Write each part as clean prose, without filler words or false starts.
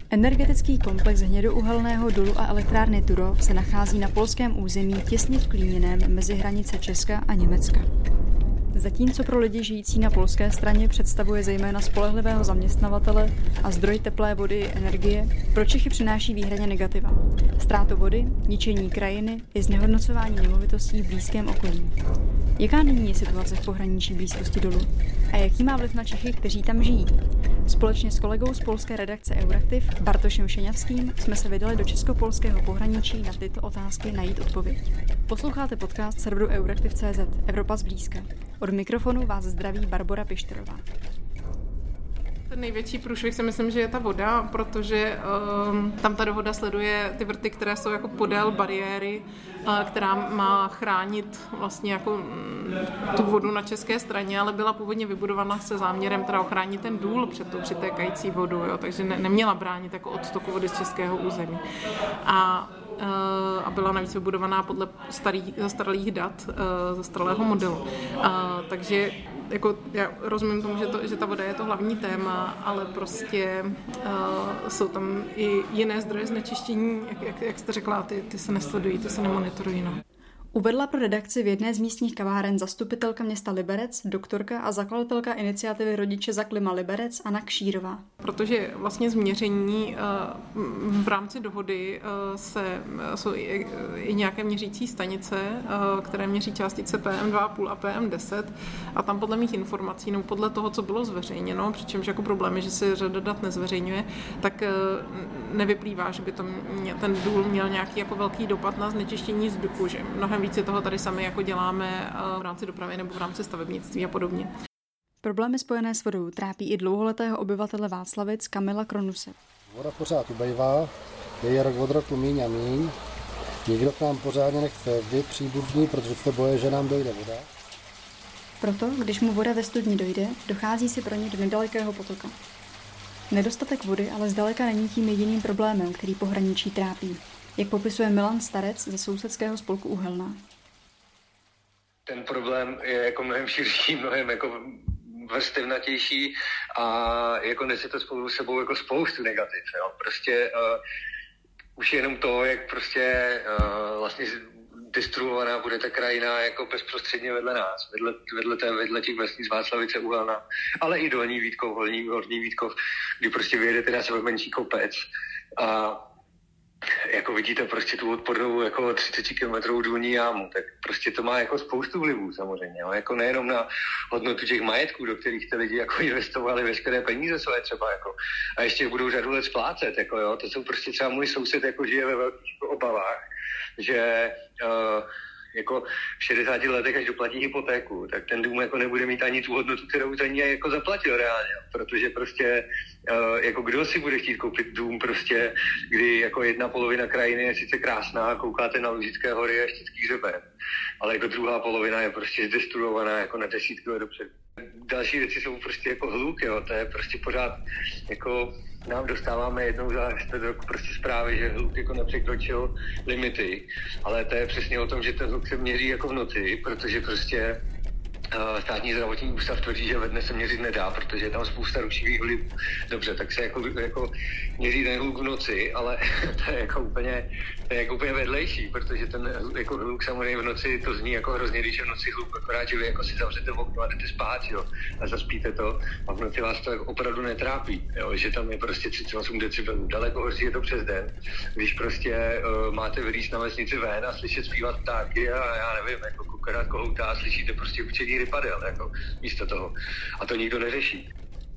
Energetický komplex hnědouhelného dolu a elektrárny Turów se nachází na polském území těsně vklíněném mezi hranice Česka a Německa. Zatímco pro lidi žijící na polské straně představuje zejména spolehlivého zaměstnavatele a zdroj teplé vody i energie, pro Čechy přináší výhradně negativa. Ztrátu vody, ničení krajiny i znehodnocování nemovitostí v blízkém okolí. Jaká nyní je situace v pohraničí blízkosti dolu? A jaký má vliv na Čechy, kteří tam žijí? Společně s kolegou z polské redakce Euraktiv Bartošem Šeňavským jsme se vydali do česko-polského pohraničí na tyto otázky najít odpověď. Posloucháte podcast serveru Euraktiv.cz Evropa zblízka. Od mikrofonu vás zdraví Barbora Pišterová. Ten největší průšvih si myslím, že je ta voda, protože tam ta dohoda sleduje ty vrty, které jsou jako podél bariéry, která má chránit vlastně jako tu vodu na české straně, ale byla původně vybudovaná se záměrem teda ochránit ten důl před tou přitékající vodou, jo, takže neměla bránit jako odtoku vody z českého území. A byla navíc vybudovaná podle zastaralých dat, zastaralého modelu. Takže jako já rozumím tomu, že ta voda je to hlavní téma, ale prostě jsou tam i jiné zdroje znečištění, jak jste řekla, ty se nesledují, ty se nemonitorují. No. Uvedla pro redakci v jedné z místních kaváren zastupitelka města Liberec, doktorka a zakladatelka iniciativy Rodiče za klima Liberec Anna Kšírová. Protože vlastně změření v rámci dohody jsou i nějaké měřící stanice, které měří částice PM2,5 a PM10 a tam podle mých informací, no podle toho, co bylo zveřejněno, přičemž jako problém je, že se řada dat nezveřejňuje, tak nevyplývá, že by ten důl měl nějaký jako velký dopad na znečištění vzduchu, že mnohem více toho tady sami jako děláme v rámci dopravy nebo v rámci stavebnictví a podobně. Problémy spojené s vodou trápí i dlouholetého obyvatele Václavic Kamila Kronuse. Voda pořád ubejvá, je rok od roku míň a míň. Nikdo k nám pořádně nechce vždy příbuzní, protože se boje, že nám dojde voda. Proto, když mu voda ve studni dojde, dochází si pro ně do nedalekého potoka. Nedostatek vody ale zdaleka není tím jediným problémem, který pohraničí trápí, jak popisuje Milan Starec ze sousedského spolku Uhelná. Ten problém je jako mnohem širší, mnohem jako vrstevnatější a jako nese to spolu sebou jako spoustu negativ. Jo. Prostě už jenom to, jak prostě vlastně destruovaná bude ta krajina jako bezprostředně vedle nás, vedle těch vesnic Václavice, Uhelná, ale i Dolní Vítkov, Horní Vítkov, kdy prostě vyjedete na sebe menší kopec a jako vidíte prostě tu odpornou jako 30 km důlní jámu, tak prostě to má jako spoustu vlivů samozřejmě, jo? Jako nejenom na hodnotu těch majetků, do kterých ty lidi jako investovali veškeré peníze své třeba jako a ještě budou řadu let splácet, jako jo, to jsou prostě třeba můj soused jako žije ve velkých obavách, že jako v 60 letech, až doplatí hypotéku, tak ten dům jako nebude mít ani tu hodnotu, kterou za ní jako zaplatil reálně, protože prostě jako kdo si bude chtít koupit dům prostě, kdy jako jedna polovina krajiny je sice krásná, koukáte na Lužické hory a Štický hřeben, ale jako druhá polovina je prostě zdestruovaná jako na desítky let dopředu. Další věci jsou prostě jako hluk, jo, to je prostě pořád jako nám dostáváme jednou za rok prostě zprávy, že hluk jako nepřekročil limity, ale to je přesně o tom, že ten hluk se měří jako v noci, protože prostě Státní zdravotní ústav tvrdí, že ve dne se měřit nedá, protože je tam spousta rušivých vlivů. Dobře, tak se jako měří ten hluk v noci, ale to je jako úplně vedlejší, protože ten jako hluk samozřejmě v noci to zní jako hrozně, když je v noci hluk, akorát, že vy jako si zavřete okno a jdete spát, jo, a zaspíte to a v noci vás to jako opravdu netrápí, jo, že tam je prostě 38 decibelů. Daleko horší je to přes den, když prostě máte vylízt na vesnici ven a slyšet zpívat ptáky a já nevím, jako kukarát kohoutá a slyšíte prostě hučení rypadel, jako místo toho. A to nikdo neřeší.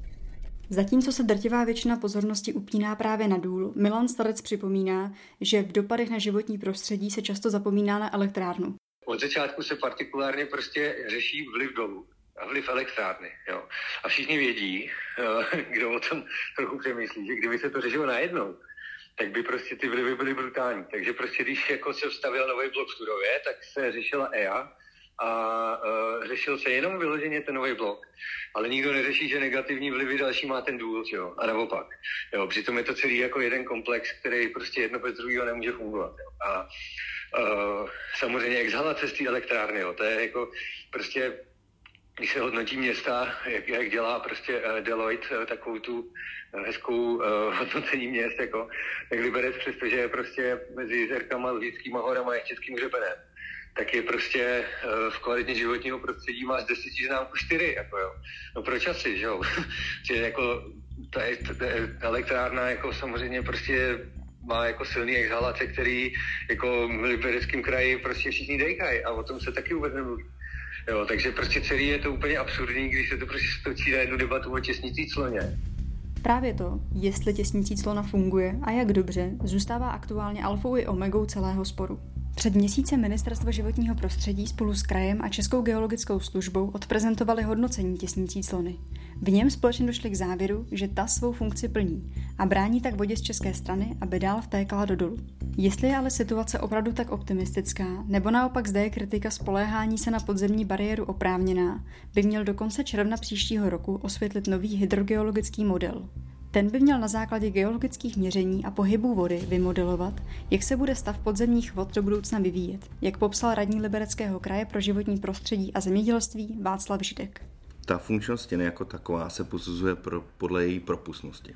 Zatímco se drtivá většina pozornosti upíná právě na důl, Milan Starec připomíná, že v dopadech na životní prostředí se často zapomíná na elektrárnu. Od začátku se partikulárně prostě řeší vliv dolu a vliv elektrárny. Jo. A všichni vědí, kdo o tom trochu přemýšlí, že kdyby se to řešilo najednou, tak by prostě ty vlivy byly brutální. Takže prostě když jako se vstavil nový blok v Turově, tak se řešila EIA, a řešil se jenom vyloženě ten nový blok. Ale nikdo neřeší, že negativní vlivy další má ten důl, jo, a naopak. Jo, přitom je to celý jako jeden komplex, který prostě jedno bez druhého nemůže fungovat. Jo. A samozřejmě exhalace z té elektrárny, jo, to je jako prostě když se hodnotí města, jak dělá prostě Deloitte takovou tu hezkou hodnocení měst, jako, tak Liberec, přestože je prostě mezi Jizerkama, Lužickýma horama a Ještědským hřebenem, tak je prostě v kvalitě životního prostředí má z 10 známku 4, jako jo. No proč asi, že jo? Že jako ta elektrárna jako samozřejmě prostě má jako silný exhalace, který jako v Libereckém kraji prostě všichni dejkají a o tom se taky vůbec nemluví. Jo, takže prostě celý je to úplně absurdní, když se to prostě stočí na jednu debatu o těsnicí cloně. Právě to, jestli těsnicí clona funguje a jak dobře, zůstává aktuálně alfou i omegou celého sporu. Před měsícem Ministerstvo životního prostředí spolu s krajem a Českou geologickou službou odprezentovali hodnocení těsnicí clony. V něm společně došli k závěru, že ta svou funkci plní a brání tak vodě z české strany, aby dál vtékala do dolu. Jestli je ale situace opravdu tak optimistická, nebo naopak zde je kritika spoléhání se na podzemní bariéru oprávněná, by měl do konce června příštího roku osvětlit nový hydrogeologický model. Ten by měl na základě geologických měření a pohybů vody vymodelovat, jak se bude stav podzemních vod do budoucna vyvíjet, jak popsal radní Libereckého kraje pro životní prostředí a zemědělství Václav Židek. Ta funkčnost stěny jako taková se posuzuje podle její propustnosti.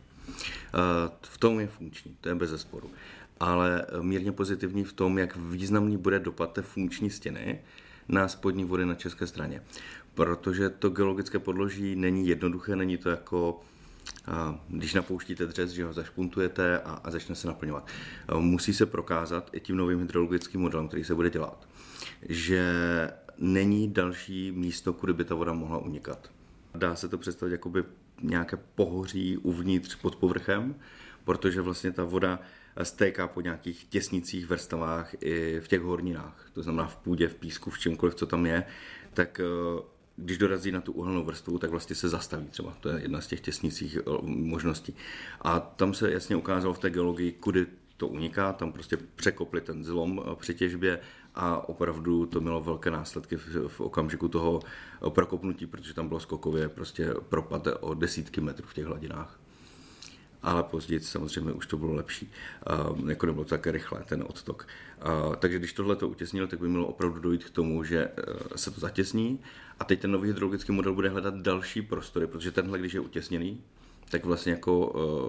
V tom je funkční, to je bezesporu. Ale mírně pozitivní v tom, jak významný bude dopad té funkční stěny na spodní vody na české straně. Protože to geologické podloží není jednoduché, není to jako když napouštíte dřez, že ho zašpuntujete a začne se naplňovat. Musí se prokázat i tím novým hydrologickým modelem, který se bude dělat, že není další místo, kudy by ta voda mohla unikat. Dá se to představit jakoby nějaké pohoří uvnitř pod povrchem, protože vlastně ta voda stéká po nějakých těsnicích, vrstvách i v těch horninách. To znamená v půdě, v písku, v čemkoliv, co tam je, tak když dorazí na tu uhelnou vrstvu, tak vlastně se zastaví třeba. To je jedna z těch těsnicích možností. A tam se jasně ukázalo v té geologii, kudy to uniká, tam prostě překopli ten zlom při těžbě a opravdu to mělo velké následky v okamžiku toho prokopnutí, protože tam bylo skokově prostě propad o desítky metrů v těch hladinách. Ale později samozřejmě už to bylo lepší. Jako nebylo to také rychlé, ten odtok. Takže když tohle to utěsnilo, tak by mělo opravdu dojít k tomu, že se to zatěsní a teď ten nový hydrologický model bude hledat další prostory, protože tenhle, když je utěsněný, tak vlastně jako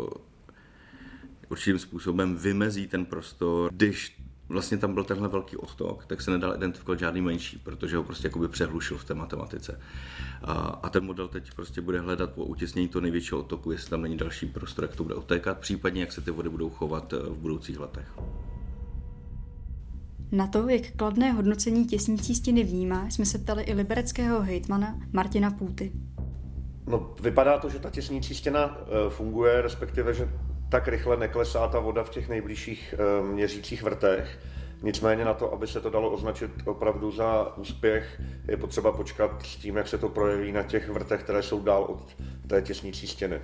určitým způsobem vymezí ten prostor. Když vlastně tam byl tenhle velký odtok, tak se nedal identifikovat žádný menší, protože ho prostě jakoby přehlušil v té matematice. A ten model teď prostě bude hledat po utěsnění toho největšího odtoku, jestli tam není další prostor, jak to bude odtékat, případně jak se ty vody budou chovat v budoucích letech. Na to, jak kladné hodnocení těsnicí stěny vnímá, jsme se ptali i libereckého hejtmana Martina Půty. No, vypadá to, že ta těsnicí stěna funguje, respektive, že tak rychle neklesá ta voda v těch nejbližších měřících vrtech. Nicméně na to, aby se to dalo označit opravdu za úspěch, je potřeba počkat s tím, jak se to projeví na těch vrtech, které jsou dál od té těsnicí stěny.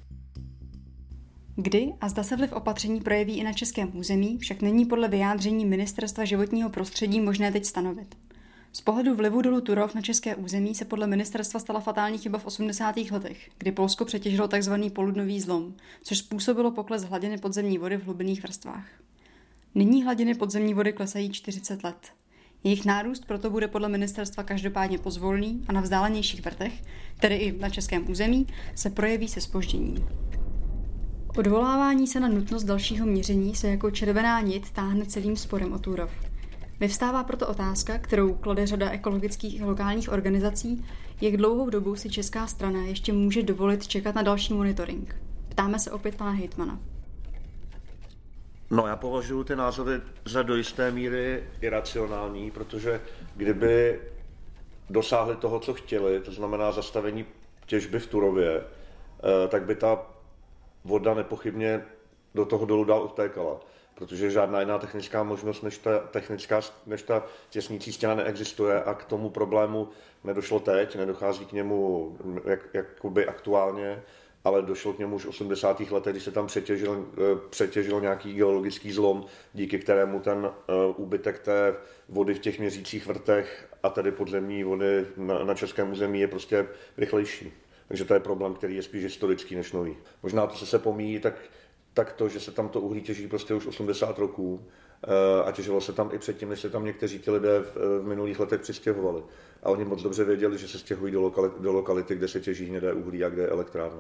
Kdy a zda se vliv opatření projeví i na českém území, však není podle vyjádření Ministerstva životního prostředí možné teď stanovit. Z pohledu vlivu dolu Turów na české území se podle ministerstva stala fatální chyba v 80. letech, kdy Polsko přetěžilo tzv. Poludnový zlom, což způsobilo pokles hladiny podzemní vody v hlubinných vrstvách. Nyní hladiny podzemní vody klesají 40 let. Jejich nárůst proto bude podle ministerstva každopádně pozvolný a na vzdálenějších vrtech, tedy i na českém území, se projeví se zpožděním. Odvolávání se na nutnost dalšího měření se jako červená nit táhne celým sporem o Turów. Vyvstává proto otázka, kterou klade řada ekologických a lokálních organizací, jak dlouhou dobu si česká strana ještě může dovolit čekat na další monitoring. Ptáme se opět pana hejtmana. No, já považuji ty názory za do jisté míry iracionální, protože kdyby dosáhli toho, co chtěli, to znamená zastavení těžby v Turově, tak by ta voda nepochybně do toho dolu dál odtékala. Protože žádná jiná technická možnost než ta těsnicí stěna neexistuje a k tomu problému nedošlo teď, nedochází k němu jakoby aktuálně, ale došlo k němu už v 80. letech, když se tam přetěžil nějaký geologický zlom, díky kterému ten úbytek té vody v těch měřících vrtech a tedy podzemní vody na českém území je prostě rychlejší. Takže to je problém, který je spíš historický než nový. Možná to, co se pomíjí, tak to, že se tam to uhlí těží prostě už 80 roků a těžilo se tam i předtím, než se tam někteří ti lidé v minulých letech přistěhovali. A oni moc dobře věděli, že se stěhují do lokality, kde se těží hnědé uhlí a kde je elektrárna.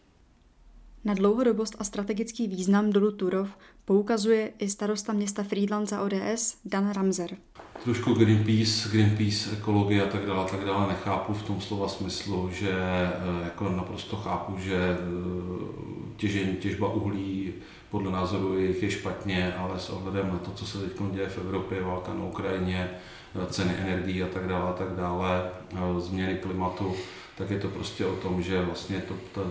Na dlouhodobost a strategický význam dolu Turów poukazuje i starosta města Frýdlant za ODS Dan Ramser. Trošku Greenpeace, ekologie a tak dále nechápu v tom slova smyslu, že jako naprosto chápu, že těžba uhlí podle názoru jejich je špatně, ale s ohledem na to, co se teď děje v Evropě, válka na Ukrajině, ceny energií a tak dále, změny klimatu, tak je to prostě o tom, že vlastně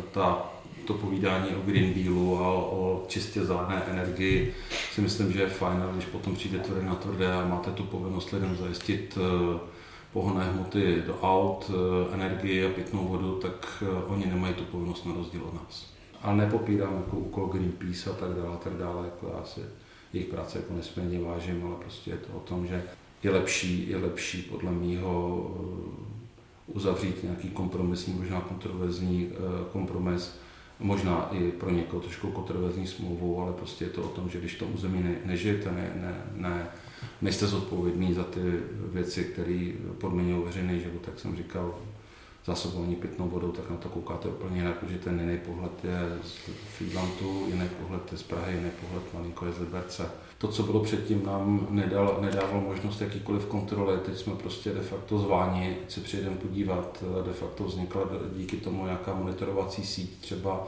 to povídání o Green Dealu a o čistě zelené energii si myslím, že je fajn, když potom přijde tvrdé na tvrdé a máte tu povinnost lidem zajistit pohonné hmoty do aut, energii a pitnou vodu, tak oni nemají tu povinnost na rozdíl od nás. Ale nepopírám jako úkol Greenpeace a tak dále, jako já si jejich práce jako nesmírně vážím, ale prostě je to o tom, že je lepší podle mýho uzavřít nějaký kompromisní, možná kontroverzní kompromis, možná i pro někoho trošku kontroverzní smlouvu, ale prostě je to o tom, že když v tom území nežijete, nejste zodpovědný za ty věci, které podmiňují veřejný život, tak jsem říkal, zásobování pitnou vodou, tak na to koukáte úplně jinak, protože ten jiný pohled je z Frýdlantu, jiný pohled je z Prahy, jiný pohled malinko je z Liberce. To, co bylo předtím, nám nedávalo možnost jakýkoliv kontroly, teď jsme prostě de facto zváni, si přijedeme podívat, de facto vznikla díky tomu nějaká monitorovací síť, třeba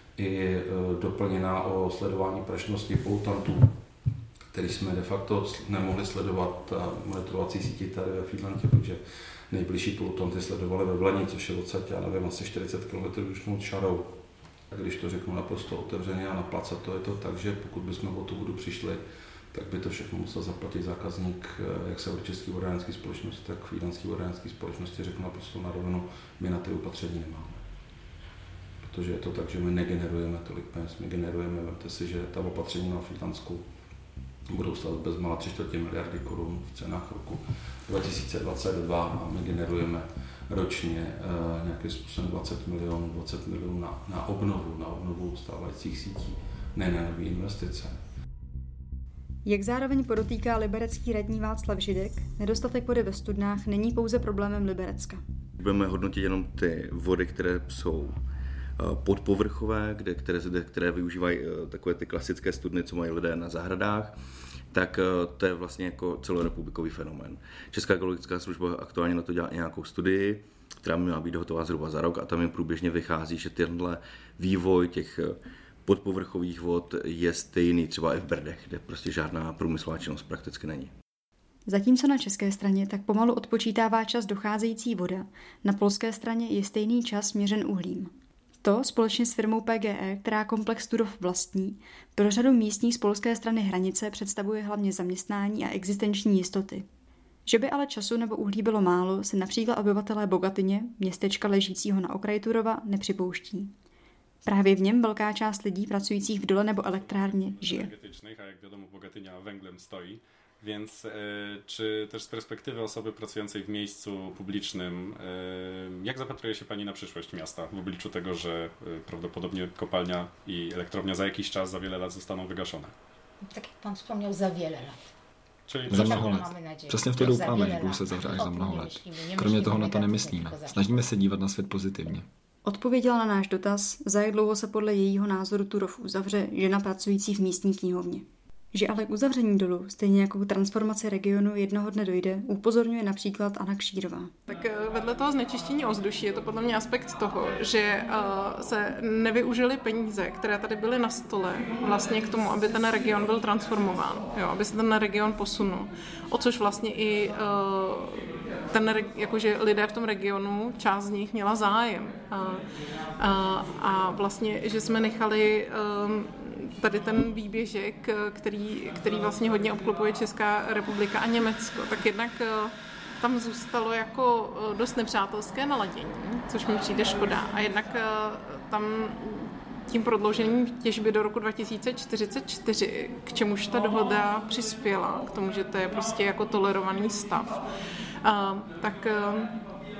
i doplněná o sledování prašnosti polutantů, který jsme de facto nemohli sledovat monitorovací síti tady ve Frýdlantě, protože nejbližší polutanty sledovali ve Vlani, což je odsaď, já nevím, asi 40 km už šarou. Když to řeknu naprosto otevřeně a naplacat to je to tak, že pokud bychom o tu vodu přišli, tak by to všechno musel zaplatit zákazník, jak se České vodárenské společnosti, tak Frýdlantské vodárenské společnosti, řeknu naprosto na rovinu, my na ty opatření nemáme. Protože je to tak, že my negenerujeme tolik peněz, my generujeme, vemte si, že ta opatření na Frýdlantskou budou stát bezmála 3/4 miliardy korun v cenách roku 2022 a my generujeme ročně nějakým způsobem 20 milionů na obnovu stávajících sítí, ne na nové investice. Jak zároveň podotýká liberecký radní Václav Židek, nedostatek vody ve studnách není pouze problémem Liberecka. Budeme hodnotit jenom ty vody, které jsou podpovrchové, které využívají takové ty klasické studny, co mají lidé na zahradách, tak to je vlastně jako celorepublikový fenomén. Česká geologická služba aktuálně na to dělá nějakou studii, která měla být hotová zhruba za rok a tam jim průběžně vychází, že tenhle vývoj těch podpovrchových vod je stejný třeba i v Brdech, kde prostě žádná průmyslová činnost prakticky není. Zatímco na české straně tak pomalu odpočítává čas docházející voda, na polské straně je stejný čas měřen uhlím. To společně s firmou PGE, která komplex Turów vlastní, pro řadu místních z polské strany hranice představuje hlavně zaměstnání a existenční jistoty. Že by ale času nebo uhlí bylo málo, se například obyvatelé Bogatyně, městečka ležícího na okraji Turova, nepřipouští. Právě v něm velká část lidí pracujících v dole nebo elektrárně žije. A jak wiadomo, Bogatynia węglem stoi. Więc czy też z perspektywy osoby pracującej w miejscu publicznym, jak zapatruje się Pani na przyszłość miasta w obliczu tego, że prawdopodobnie kopalnia i elektrownia za jakiś czas, za wiele lat zostaną wygaszone? Tak jak Pan wspomniał, za wiele lat. Czyli za mnoho let. Přesně v to doufáme, že budou se zavřít až za mnoho let. Kromě toho na to nemyslíme. Snažíme se dívat na svět pozitivně. Odpověděla na náš dotaz, za jak dlouho se podle jejího názoru Turów uzavře žena pracující v místní knihovně. Že ale k uzavření dolu, stejně jako k transformaci regionu jednoho dne dojde, upozorňuje například Anna Kšírová. Tak vedle toho znečištění ovzduší je to podle mě aspekt toho, že se nevyužily peníze, které tady byly na stole vlastně k tomu, aby ten region byl transformován, aby se ten region posunul. O což vlastně i jakože lidé v tom regionu, část z nich měla zájem. A vlastně, že jsme nechali tady ten výběžek, který vlastně hodně obklopuje Česká republika a Německo, tak jednak tam zůstalo jako dost nepřátelské naladění, což mi přijde škoda. A jednak tam tím prodloužením těžby do roku 2044, k čemuž ta dohoda přispěla, k tomu, že to je prostě jako tolerovaný stav, tak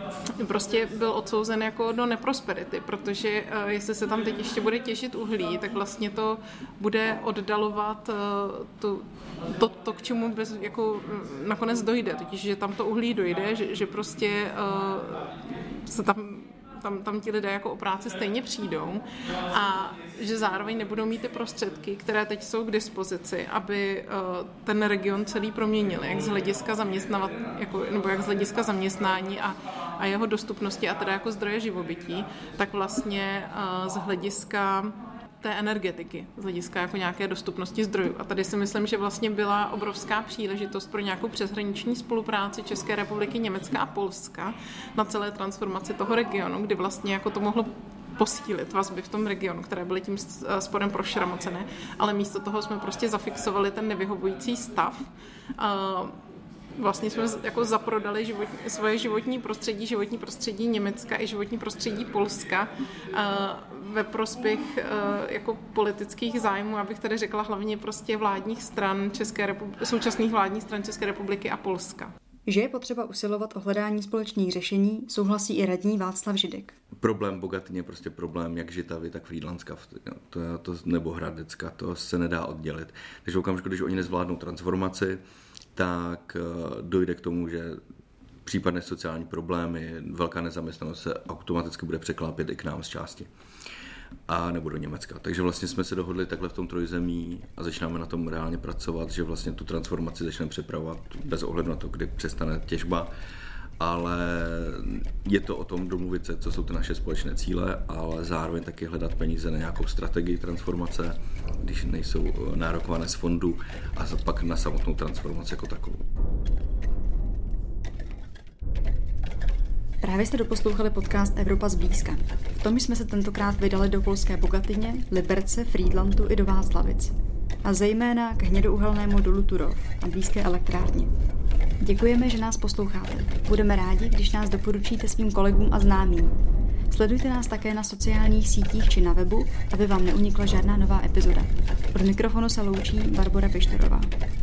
prostě byl odsouzen jako do neprosperity, protože jestli se tam teď ještě bude těžit uhlí, tak vlastně to bude oddalovat to k čemu jako nakonec dojde, totiž, že tam to uhlí dojde, že prostě se tam ti lidé jako o práci stejně přijdou a že zároveň nebudou mít ty prostředky, které teď jsou k dispozici, aby ten region celý proměnili, jak z hlediska nebo jak z hlediska zaměstnání a jeho dostupnosti a teda jako zdroje živobytí, tak vlastně z hlediska té energetiky, z hlediska jako nějaké dostupnosti zdrojů. A tady si myslím, že vlastně byla obrovská příležitost pro nějakou přeshraniční spolupráci České republiky, Německa a Polska na celé transformaci toho regionu, kdy vlastně jako to mohlo posílit vazby v tom regionu, které byly tím sporem prošramocené, ale místo toho jsme prostě zafixovali ten nevyhovující stav. Vlastně jsme jako zaprodali svoje životní prostředí Německa i životní prostředí Polska ve prospěch jako politických zájmů, abych tady řekla hlavně prostě vládních stran současných vládních stran České republiky a Polska. Že je potřeba usilovat o hledání společných řešení, souhlasí i radní Václav Židek. Problém Bogatyně je prostě problém jak Žitavy, tak Frýdlantska nebo Hradecka, to se nedá oddělit. Takže okamžiku, když oni nezvládnou transformaci, tak dojde k tomu, že případné sociální problémy, velká nezaměstnanost se automaticky bude překlápět i k nám z části. A nebo do Německa. Takže vlastně jsme se dohodli takhle v tom trojzemí a začínáme na tom reálně pracovat, že vlastně tu transformaci začneme připravovat bez ohledu na to, kdy přestane těžba. Ale je to o tom domluvit se, co jsou ty naše společné cíle, ale zároveň taky hledat peníze na nějakou strategii transformace, když nejsou nárokované z fondu a pak na samotnou transformaci jako takovou. Právě jste doposlouchali podcast Evropa zblízka. V tom jsme se tentokrát vydali do polské Bogatyně, Liberce, Frýdlantu i do Václavic. A zejména k hnědouhelnému dolu Turów a blízké elektrárně. Děkujeme, že nás posloucháte. Budeme rádi, když nás doporučíte svým kolegům a známým. Sledujte nás také na sociálních sítích či na webu, aby vám neunikla žádná nová epizoda. Od mikrofonu se loučí Barbora Pištorová.